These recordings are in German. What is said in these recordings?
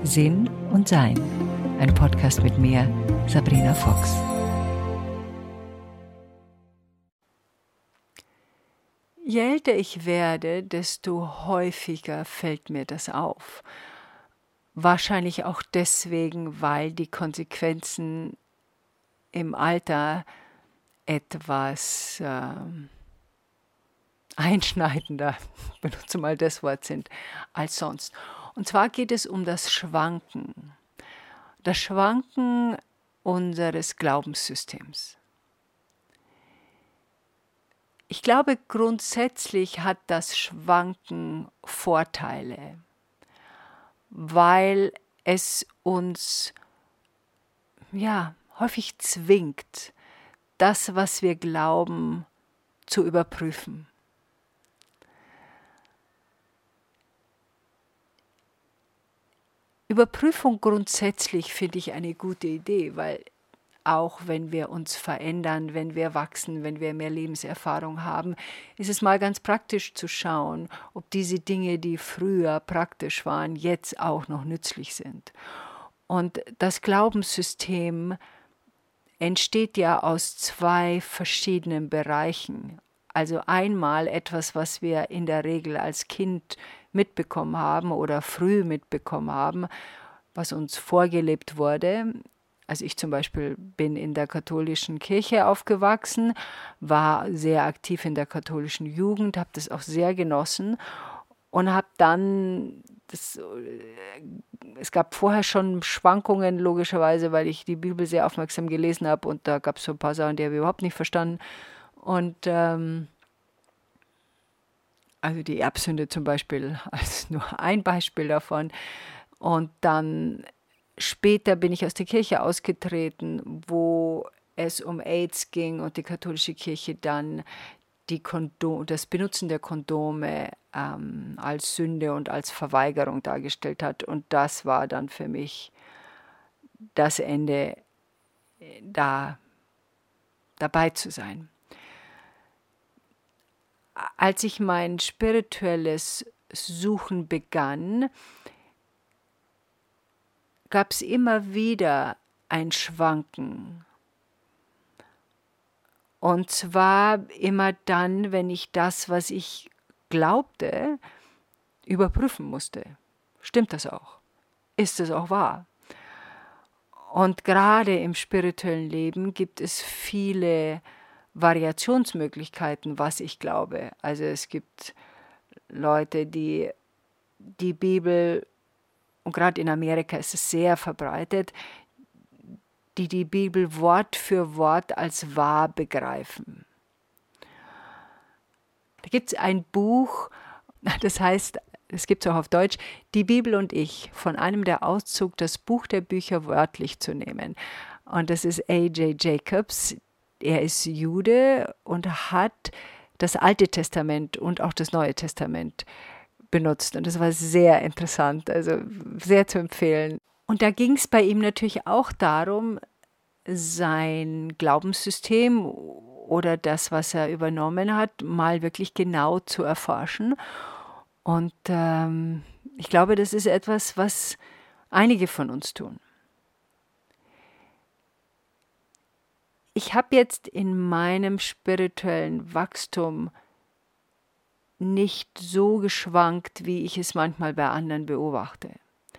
Sinn und Sein. Ein Podcast mit mir, Sabrina Fox. Je älter ich werde, desto häufiger fällt mir das auf. Wahrscheinlich auch deswegen, weil die Konsequenzen im Alter etwas einschneidender, benutze mal das Wort, sind als sonst. Und zwar geht es um das Schwanken. Das Schwanken unseres Glaubenssystems. Ich glaube, grundsätzlich hat das Schwanken Vorteile, weil es uns häufig zwingt, das, was wir glauben, zu überprüfen. Überprüfung grundsätzlich finde ich eine gute Idee, weil auch wenn wir uns verändern, wenn wir wachsen, wenn wir mehr Lebenserfahrung haben, ist es mal ganz praktisch zu schauen, ob diese Dinge, die früher praktisch waren, jetzt auch noch nützlich sind. Und das Glaubenssystem entsteht ja aus zwei verschiedenen Bereichen. Also einmal etwas, was wir in der Regel als Kind mitbekommen haben oder früh mitbekommen haben, was uns vorgelebt wurde. Also ich zum Beispiel bin in der katholischen Kirche aufgewachsen, war sehr aktiv in der katholischen Jugend, habe das auch sehr genossen und habe dann, es gab vorher schon Schwankungen logischerweise, weil ich die Bibel sehr aufmerksam gelesen habe und da gab es so ein paar Sachen, die habe ich überhaupt nicht verstanden. Und also die Erbsünde zum Beispiel als nur ein Beispiel davon. Und dann später bin ich aus der Kirche ausgetreten, wo es um AIDS ging und die katholische Kirche dann das Benutzen der Kondome als Sünde und als Verweigerung dargestellt hat. Und das war dann für mich das Ende, da dabei zu sein. Als ich mein spirituelles Suchen begann, gab es immer wieder ein Schwanken. Und zwar immer dann, wenn ich das, was ich glaubte, überprüfen musste. Stimmt das auch? Ist es auch wahr? Und gerade im spirituellen Leben gibt es viele Variationsmöglichkeiten, was ich glaube. Also es gibt Leute, die die Bibel, und gerade in Amerika ist es sehr verbreitet, die die Bibel Wort für Wort als wahr begreifen. Da gibt es ein Buch, das heißt, es gibt es auch auf Deutsch, Die Bibel und ich, von einem der Auszug, das Buch der Bücher wörtlich zu nehmen. Und das ist A.J. Jacobs. Er ist Jude und hat das Alte Testament und auch das Neue Testament benutzt. Und das war sehr interessant, also sehr zu empfehlen. Und da ging es bei ihm natürlich auch darum, sein Glaubenssystem oder das, was er übernommen hat, mal wirklich genau zu erforschen. Und ich glaube, das ist etwas, was einige von uns tun. Ich habe jetzt in meinem spirituellen Wachstum nicht so geschwankt, wie ich es manchmal bei anderen beobachte.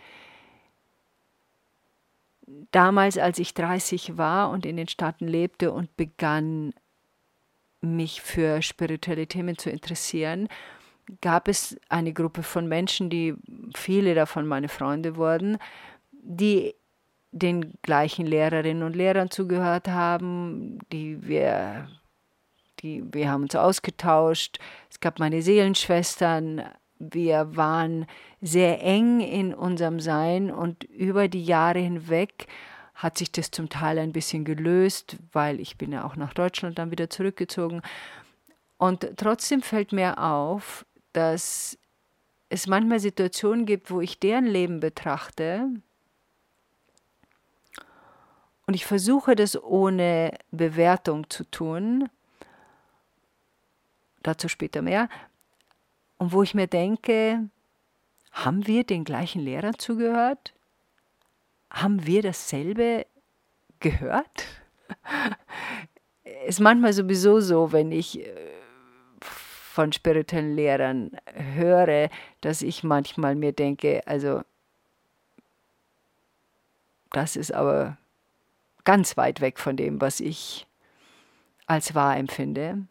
Damals, als ich 30 war und in den Staaten lebte und begann, mich für spirituelle Themen zu interessieren, gab es eine Gruppe von Menschen, die viele davon meine Freunde wurden, die den gleichen Lehrerinnen und Lehrern zugehört haben, wir haben uns ausgetauscht. Es gab meine Seelenschwestern. Wir waren sehr eng in unserem Sein und über die Jahre hinweg hat sich das zum Teil ein bisschen gelöst, weil ich bin ja auch nach Deutschland dann wieder zurückgezogen. Und trotzdem fällt mir auf, dass es manchmal Situationen gibt, wo ich deren Leben betrachte und ich versuche das ohne Bewertung zu tun, dazu später mehr, und wo ich mir denke, haben wir den gleichen Lehrern zugehört? haben wir dasselbe gehört? Ist manchmal sowieso so, wenn ich von spirituellen Lehrern höre, dass ich manchmal mir denke, also das ist aber ganz weit weg von dem, was ich als wahr empfinde.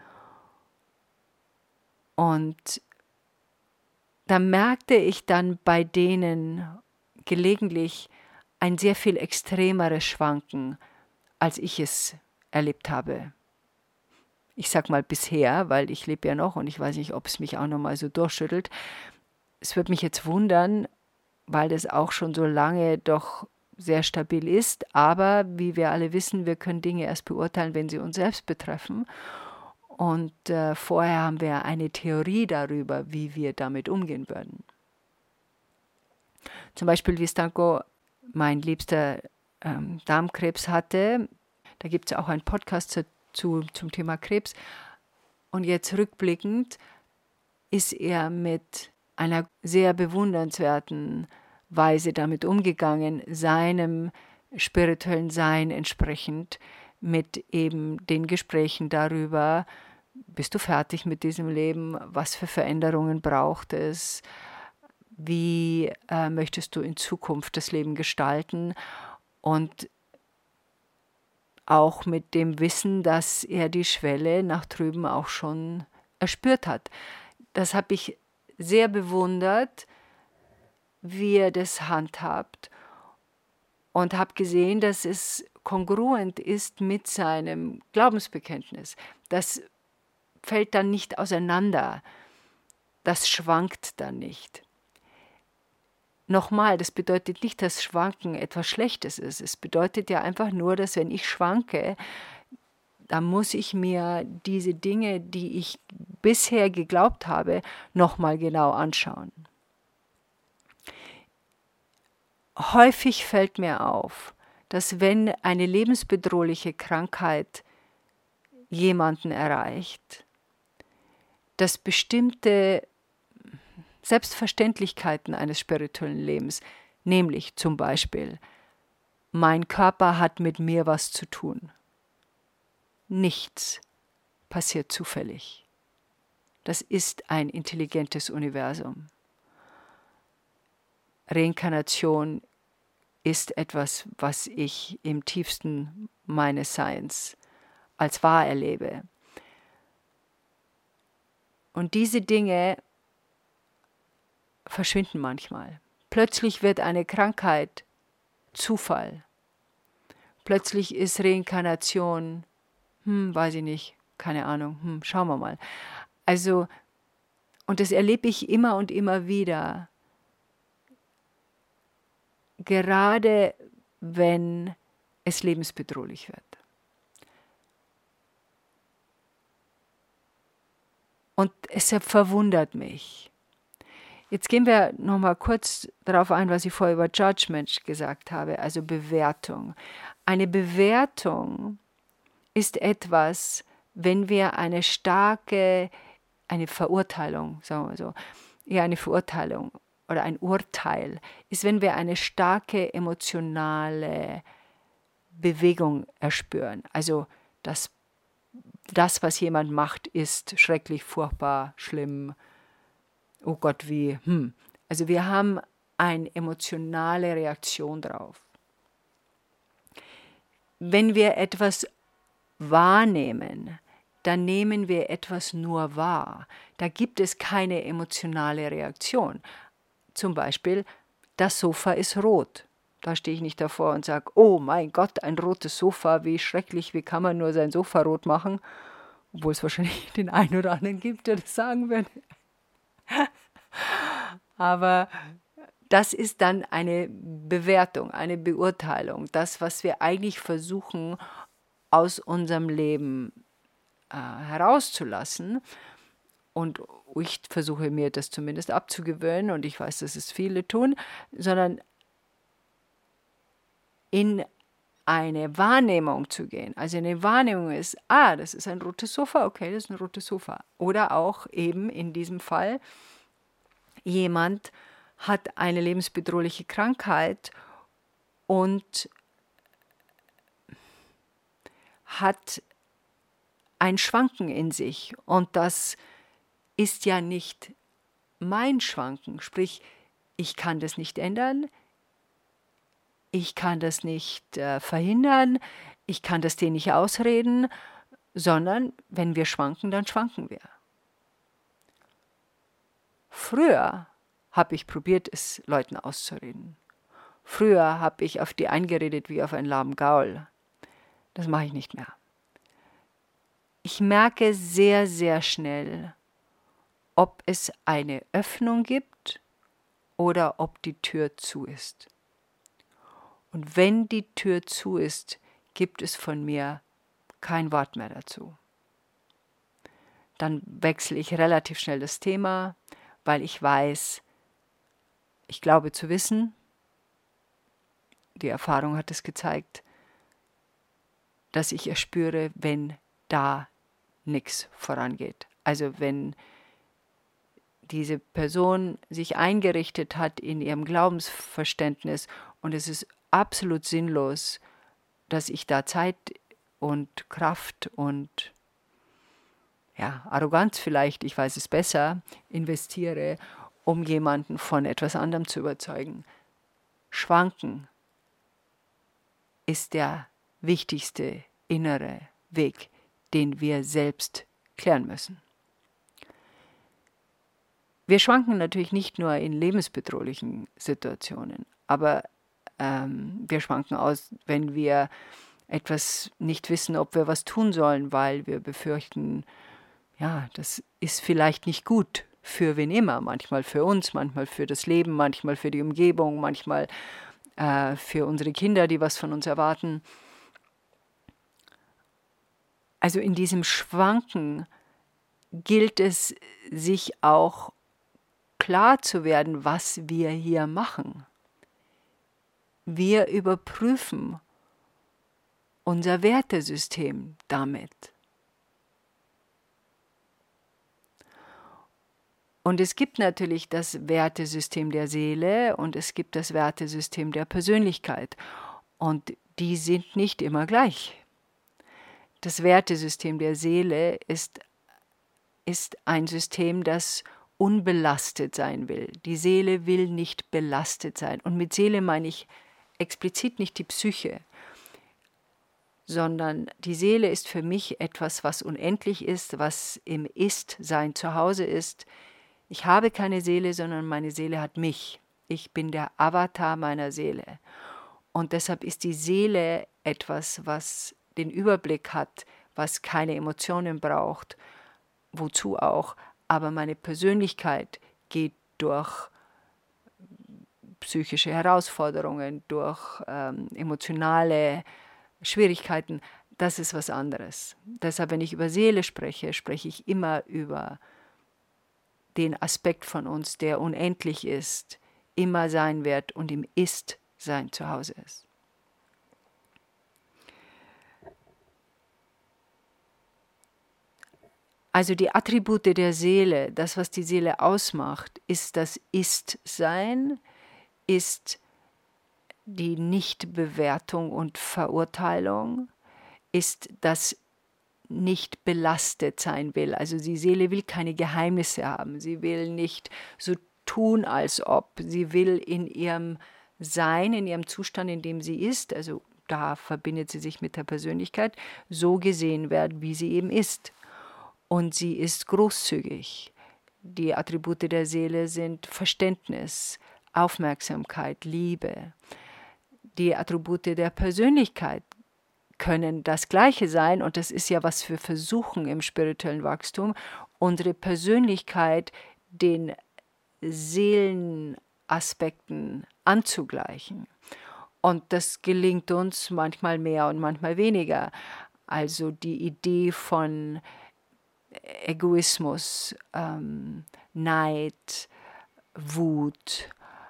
Und da merkte ich dann bei denen gelegentlich ein sehr viel extremeres Schwanken, als ich es erlebt habe. Ich sag mal bisher, weil ich lebe ja noch und ich weiß nicht, ob es mich auch noch mal so durchschüttelt. Es würde mich jetzt wundern, weil das auch schon so lange doch sehr stabil ist. Aber wie wir alle wissen, wir können Dinge erst beurteilen, wenn sie uns selbst betreffen. Und vorher haben wir eine Theorie darüber, wie wir damit umgehen würden. Zum Beispiel, wie Stanko, mein liebster Darmkrebs hatte. Da gibt es auch einen Podcast zum Thema Krebs. Und jetzt rückblickend ist er mit einer sehr bewundernswerten Weise damit umgegangen, seinem spirituellen Sein entsprechend, mit eben den Gesprächen darüber, bist du fertig mit diesem Leben, was für Veränderungen braucht es, wie möchtest du in Zukunft das Leben gestalten und auch mit dem Wissen, dass er die Schwelle nach drüben auch schon erspürt hat. Das habe ich sehr bewundert, wie er das handhabt und habe gesehen, dass es kongruent ist mit seinem Glaubensbekenntnis. Das fällt dann nicht auseinander, das schwankt dann nicht. Nochmal, das bedeutet nicht, dass Schwanken etwas Schlechtes ist. Es bedeutet ja einfach nur, dass wenn ich schwanke, dann muss ich mir diese Dinge, die ich bisher geglaubt habe, nochmal genau anschauen. Häufig fällt mir auf, dass wenn eine lebensbedrohliche Krankheit jemanden erreicht, dass bestimmte Selbstverständlichkeiten eines spirituellen Lebens, nämlich zum Beispiel, mein Körper hat mit mir was zu tun. Nichts passiert zufällig. Das ist ein intelligentes Universum. Reinkarnation ist etwas, was ich im tiefsten meines Seins als wahr erlebe. Und diese Dinge verschwinden manchmal. Plötzlich wird eine Krankheit Zufall. Plötzlich ist Reinkarnation, weiß ich nicht, keine Ahnung, schauen wir mal. Also, und das erlebe ich immer und immer wieder, gerade wenn es lebensbedrohlich wird. Und es verwundert mich. Jetzt gehen wir nochmal kurz darauf ein, was ich vorher über Judgment gesagt habe, also Bewertung. Eine Bewertung ist etwas, wenn wir eine Verurteilung, sagen wir so, eher eine Verurteilung oder ein Urteil, ist, wenn wir eine starke emotionale Bewegung erspüren. Also das, was jemand macht, ist schrecklich, furchtbar, schlimm, oh Gott, wie, Also wir haben eine emotionale Reaktion drauf. Wenn wir etwas wahrnehmen, dann nehmen wir etwas nur wahr. Da gibt es keine emotionale Reaktion. Zum Beispiel, das Sofa ist rot. Da stehe ich nicht davor und sage, oh mein Gott, ein rotes Sofa, wie schrecklich, wie kann man nur sein Sofa rot machen? Obwohl es wahrscheinlich den einen oder anderen gibt, der das sagen würde. Aber das ist dann eine Bewertung, eine Beurteilung. Das, was wir eigentlich versuchen, aus unserem Leben herauszulassen. Und ich versuche mir das zumindest abzugewöhnen und ich weiß, dass es viele tun, sondern in eine Wahrnehmung zu gehen. Also eine Wahrnehmung ist, das ist ein rotes Sofa, okay, das ist ein rotes Sofa. Oder auch eben in diesem Fall, jemand hat eine lebensbedrohliche Krankheit und hat ein Schwanken in sich. Und das ist ja nicht mein Schwanken, sprich, ich kann das nicht ändern, ich kann das nicht verhindern, ich kann das denen nicht ausreden, sondern wenn wir schwanken, dann schwanken wir. Früher habe ich probiert, es Leuten auszureden. Früher habe ich auf die eingeredet wie auf einen lahmen Gaul. Das mache ich nicht mehr. Ich merke sehr, sehr schnell, ob es eine Öffnung gibt oder ob die Tür zu ist. Und wenn die Tür zu ist, gibt es von mir kein Wort mehr dazu. Dann wechsle ich relativ schnell das Thema, weil ich weiß, ich glaube zu wissen, die Erfahrung hat es gezeigt, dass ich erspüre, wenn da nichts vorangeht. Also wenn diese Person sich eingerichtet hat in ihrem Glaubensverständnis und es ist absolut sinnlos, dass ich da Zeit und Kraft und Arroganz vielleicht, ich weiß es besser, investiere, um jemanden von etwas anderem zu überzeugen. Schwanken ist der wichtigste innere Weg, den wir selbst klären müssen. Wir schwanken natürlich nicht nur in lebensbedrohlichen Situationen, aber wir schwanken aus, wenn wir etwas nicht wissen, ob wir was tun sollen, weil wir befürchten, das ist vielleicht nicht gut für wen immer, manchmal für uns, manchmal für das Leben, manchmal für die Umgebung, manchmal für unsere Kinder, die was von uns erwarten. Also in diesem Schwanken gilt es, sich auch klar zu werden, was wir hier machen. Wir überprüfen unser Wertesystem damit. Und es gibt natürlich das Wertesystem der Seele und es gibt das Wertesystem der Persönlichkeit. Und die sind nicht immer gleich. Das Wertesystem der Seele ist ein System, das unbelastet sein will. Die Seele will nicht belastet sein. Und mit Seele meine ich explizit nicht die Psyche, sondern die Seele ist für mich etwas, was unendlich ist, was im Ist-Sein zu Hause ist. Ich habe keine Seele, sondern meine Seele hat mich. Ich bin der Avatar meiner Seele. Und deshalb ist die Seele etwas, was den Überblick hat, was keine Emotionen braucht, wozu auch. Aber meine Persönlichkeit geht durch psychische Herausforderungen, durch emotionale Schwierigkeiten. Das ist was anderes. Deshalb, wenn ich über Seele spreche, spreche ich immer über den Aspekt von uns, der unendlich ist, immer sein wird und im Ist-Sein zu Hause ist. Also die Attribute der Seele, das, was die Seele ausmacht, ist das Ist-Sein, ist die Nichtbewertung und Verurteilung, ist das nicht belastet sein will. Also die Seele will keine Geheimnisse haben. Sie will nicht so tun, als ob. Sie will in ihrem Sein, in ihrem Zustand, in dem sie ist, also da verbindet sie sich mit der Persönlichkeit, so gesehen werden, wie sie eben ist. Und sie ist großzügig. Die Attribute der Seele sind Verständnis, Aufmerksamkeit, Liebe. Die Attribute der Persönlichkeit können das Gleiche sein, und das ist ja, was wir versuchen im spirituellen Wachstum, unsere Persönlichkeit den Seelenaspekten anzugleichen. Und das gelingt uns manchmal mehr und manchmal weniger. Also die Idee von Egoismus, Neid, Wut,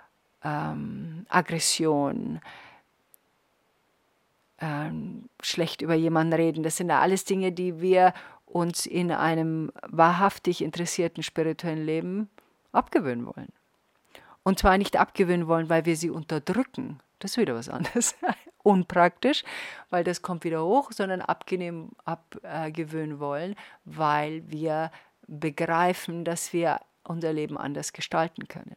Aggression, schlecht über jemanden reden. Das sind ja alles Dinge, die wir uns in einem wahrhaftig interessierten spirituellen Leben abgewöhnen wollen. Und zwar nicht abgewöhnen wollen, weil wir sie unterdrücken. Das ist wieder was anderes. Unpraktisch, weil das kommt wieder hoch, sondern abgewöhnen wollen, weil wir begreifen, dass wir unser Leben anders gestalten können.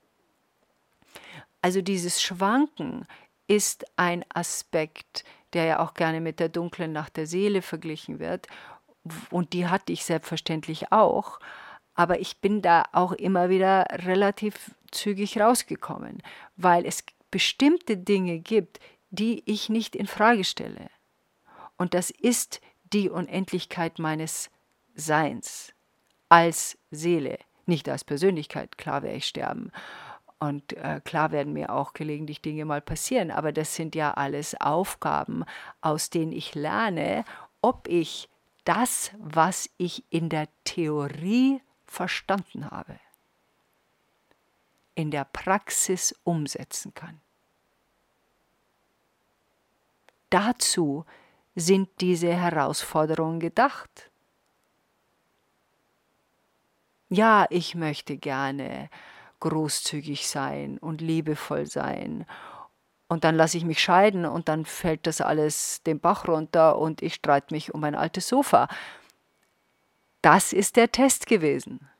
Also dieses Schwanken ist ein Aspekt, der ja auch gerne mit der dunklen Nacht der Seele verglichen wird. Und die hatte ich selbstverständlich auch. Aber ich bin da auch immer wieder relativ zügig rausgekommen, weil es bestimmte Dinge gibt, die ich nicht in Frage stelle. Und das ist die Unendlichkeit meines Seins als Seele, nicht als Persönlichkeit. Klar werde ich sterben und klar werden mir auch gelegentlich Dinge mal passieren, aber das sind ja alles Aufgaben, aus denen ich lerne, ob ich das, was ich in der Theorie verstanden habe, in der Praxis umsetzen kann. Dazu sind diese Herausforderungen gedacht. Ja, ich möchte gerne großzügig sein und liebevoll sein. Und dann lasse ich mich scheiden und dann fällt das alles den Bach runter und ich streite mich um ein altes Sofa. Das ist der Test gewesen.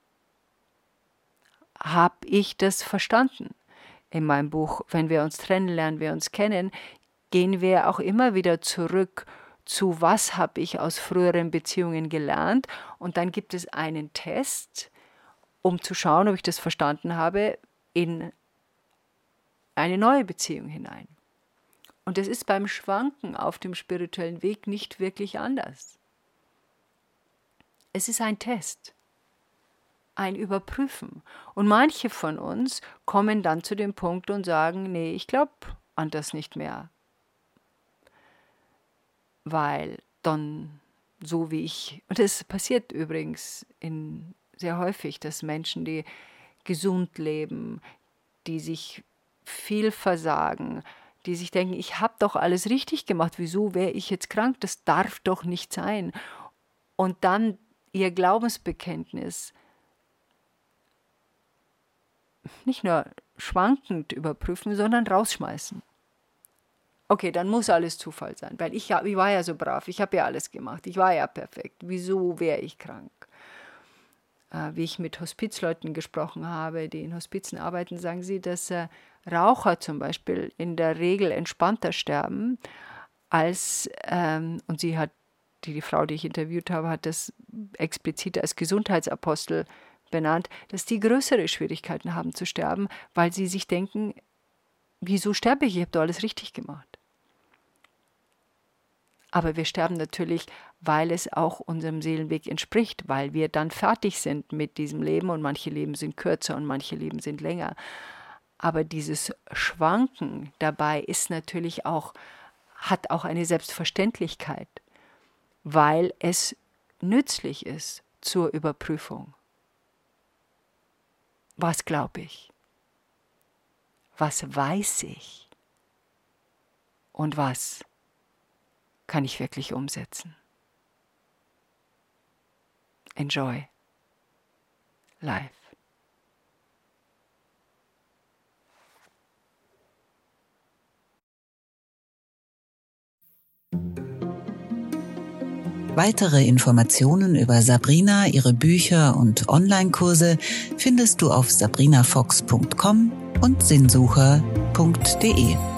Habe ich das verstanden? In meinem Buch Wenn wir uns trennen, lernen wir uns kennen, gehen wir auch immer wieder zurück zu, was habe ich aus früheren Beziehungen gelernt. Und dann gibt es einen Test, um zu schauen, ob ich das verstanden habe, in eine neue Beziehung hinein. Und das ist beim Schwanken auf dem spirituellen Weg nicht wirklich anders. Es ist ein Test, ein Überprüfen. Und manche von uns kommen dann zu dem Punkt und sagen, nee, ich glaube an das nicht mehr. Weil dann, so wie ich, und das passiert übrigens sehr häufig, dass Menschen, die gesund leben, die sich viel versagen, die sich denken, ich habe doch alles richtig gemacht, wieso wäre ich jetzt krank, das darf doch nicht sein. Und dann ihr Glaubensbekenntnis nicht nur schwankend überprüfen, sondern rausschmeißen. Okay, dann muss alles Zufall sein, weil ich war ja so brav, ich habe ja alles gemacht, ich war ja perfekt, wieso wäre ich krank? Wie ich mit Hospizleuten gesprochen habe, die in Hospizen arbeiten, sagen sie, dass Raucher zum Beispiel in der Regel entspannter sterben, als, und die Frau, die ich interviewt habe, hat das explizit als Gesundheitsapostel benannt, dass die größere Schwierigkeiten haben zu sterben, weil sie sich denken, wieso sterbe ich? Ich habe doch alles richtig gemacht. Aber wir sterben natürlich, weil es auch unserem Seelenweg entspricht, weil wir dann fertig sind mit diesem Leben und manche Leben sind kürzer und manche Leben sind länger. Aber dieses Schwanken dabei ist natürlich auch, hat auch eine Selbstverständlichkeit, weil es nützlich ist zur Überprüfung. Was glaube ich? Was weiß ich? Und was kann ich wirklich umsetzen? Enjoy life. Weitere Informationen über Sabrina, ihre Bücher und Online-Kurse findest du auf sabrinafox.com und sinnsucher.de.